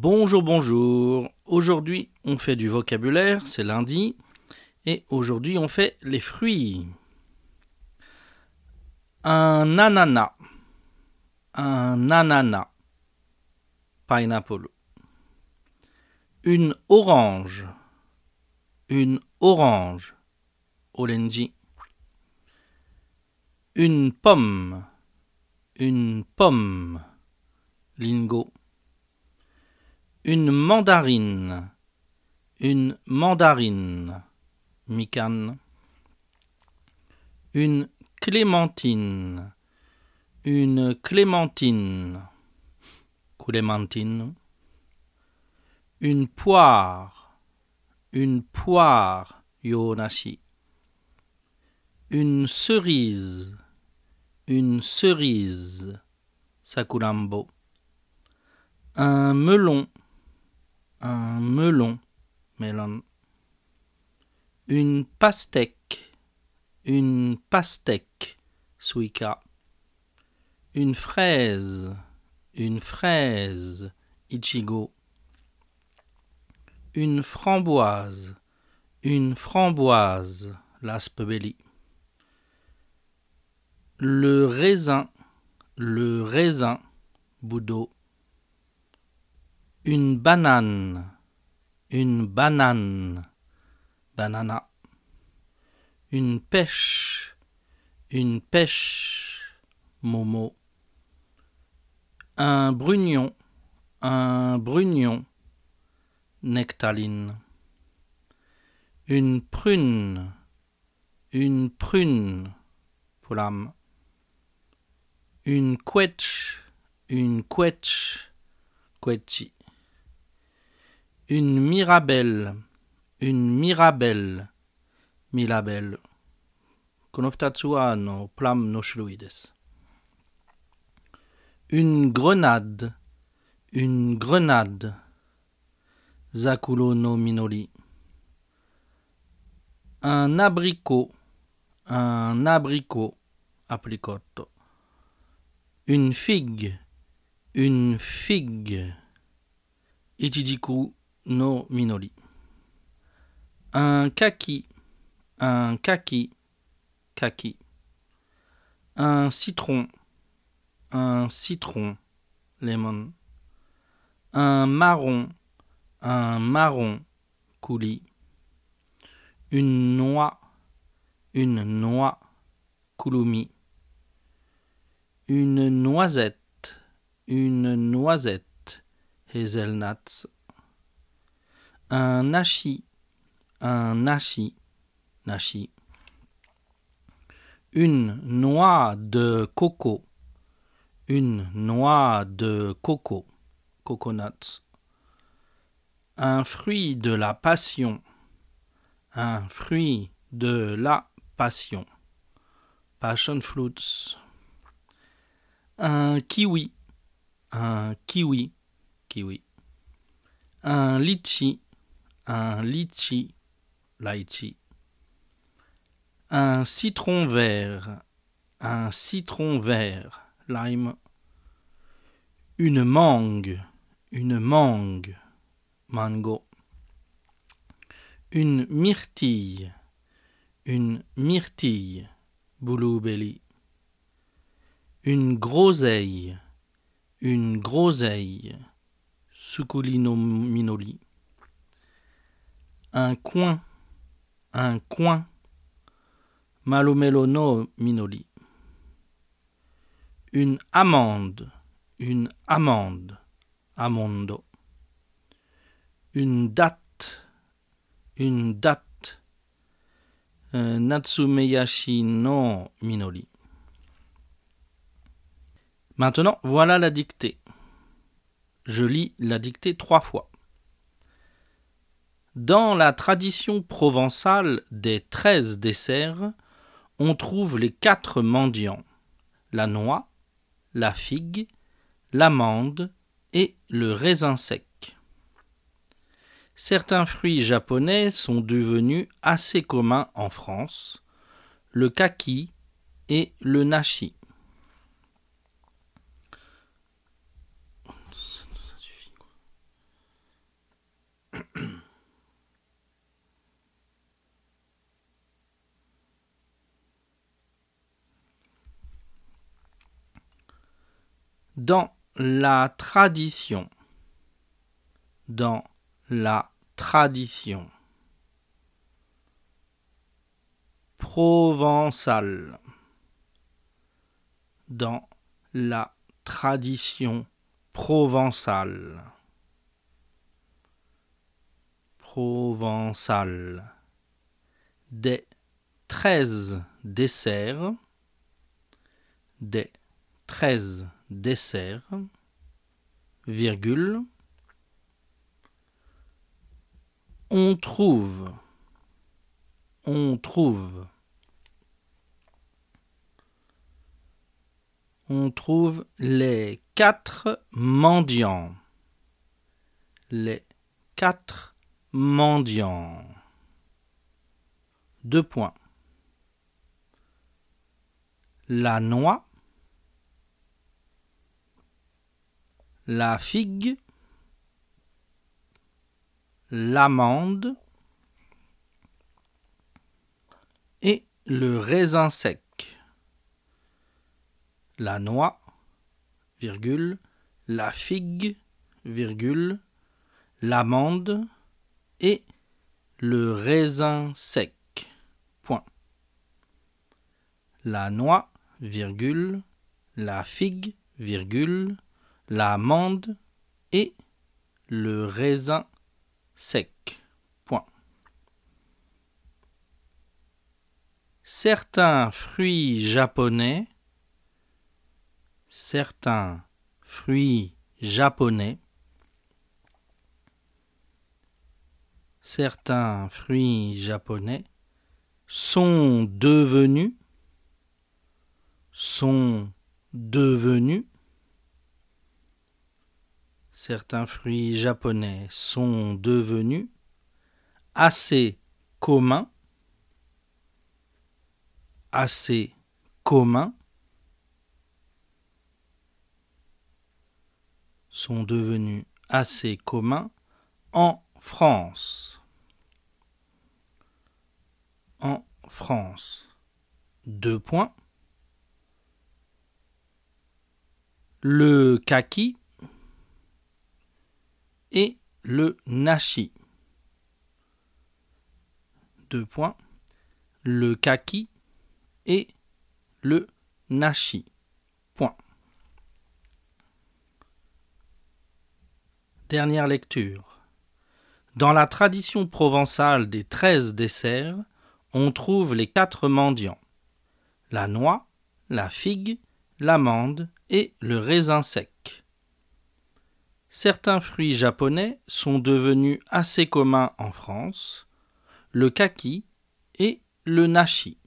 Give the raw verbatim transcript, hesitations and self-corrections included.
Bonjour, bonjour. Aujourd'hui, on fait du vocabulaire, c'est lundi. Et aujourd'hui, on fait les fruits. Un ananas. Un ananas. Pineapple. Une orange. Une orange. Orange. Une pomme. Une pomme. Lingo. Une mandarine. Une mandarine. Mikan. Une clémentine. Une clémentine. Clémentine. Une poire. Une poire. Yonashi. Une cerise. Une cerise. Sakurambo. Un melon. Un melon. Melon. Une pastèque. Une pastèque. Suika. Une fraise. Une fraise. Ichigo. Une framboise. Une framboise. Raspberry. Le raisin. Le raisin. Budo. Une banane. Une banane. Banana. Une pêche. Une pêche. Momo. Un brugnon. Un brugnon. Nectarine. Une prune. Une prune. Poulam. Une quetch. Une quetch. Quetchi. Une mirabelle. Une mirabelle. Mirabelle. Konoftatsu wa no plam no shurui desu. Une grenade. Une grenade. Zakuro no minori. Un abricot. Un abricot. Apricot. Une figue. Une figue. Ichijiku no minori. Un kaki. Un kaki. Kaki. Un citron. Un citron. Lemon. Un marron. Un marron. Coulis. Une noix. Une noix. Kulumi. Une noisette. Une noisette. Hazelnuts. Un nashi. Un nashi. Nashi. Une noix de coco. Une noix de coco. Coconuts. Un fruit de la passion. Un fruit de la passion. Passion fruits. Un kiwi. Un kiwi. Kiwi. Un litchi. Un litchi. Lychee. Un citron vert. Un citron vert. Lime. Une mangue. Une mangue. Mango. Une myrtille. Une myrtille. Blueberry. Une groseille. Une groseille. Sukuli no minori. Un coin. Un coin. Malomelo no minori. Une amande. Une amande. Amondo. Une date. Une date. Euh, Natsumeyashi no minori. Maintenant, voilà la dictée. Je lis la dictée trois fois. Dans la tradition provençale des treize desserts, on trouve les quatre mendiants, la noix, la figue, l'amande et le raisin sec. Certains fruits japonais sont devenus assez communs en France, le kaki et le nashi. Dans la tradition. Dans la tradition. Provençal. Dans la tradition provençale. Provençal. Des treize desserts. Des treize desserts. Virgule. On trouve. On trouve. On trouve les quatre mendiants. Les quatre mendiants. Deux points. La noix. La figue. L'amande. Et le raisin sec. La noix, virgule, la figue, virgule, l'amande et le raisin sec. Point. La noix, virgule, la figue, virgule, l'amande et le raisin sec. Point. Certains fruits japonais Certains fruits japonais Certains fruits japonais sont devenus sont devenus Certains fruits japonais sont devenus assez communs assez communs sont devenus assez communs en France. En France. Deux points. Le kaki et le nashi. Deux points. Le kaki et le nashi. Point. Dernière lecture. Dans la tradition provençale des treize desserts, on trouve les quatre mendiants. La noix, la figue, l'amande et le raisin sec. Certains fruits japonais sont devenus assez communs en France, le kaki et le nashi.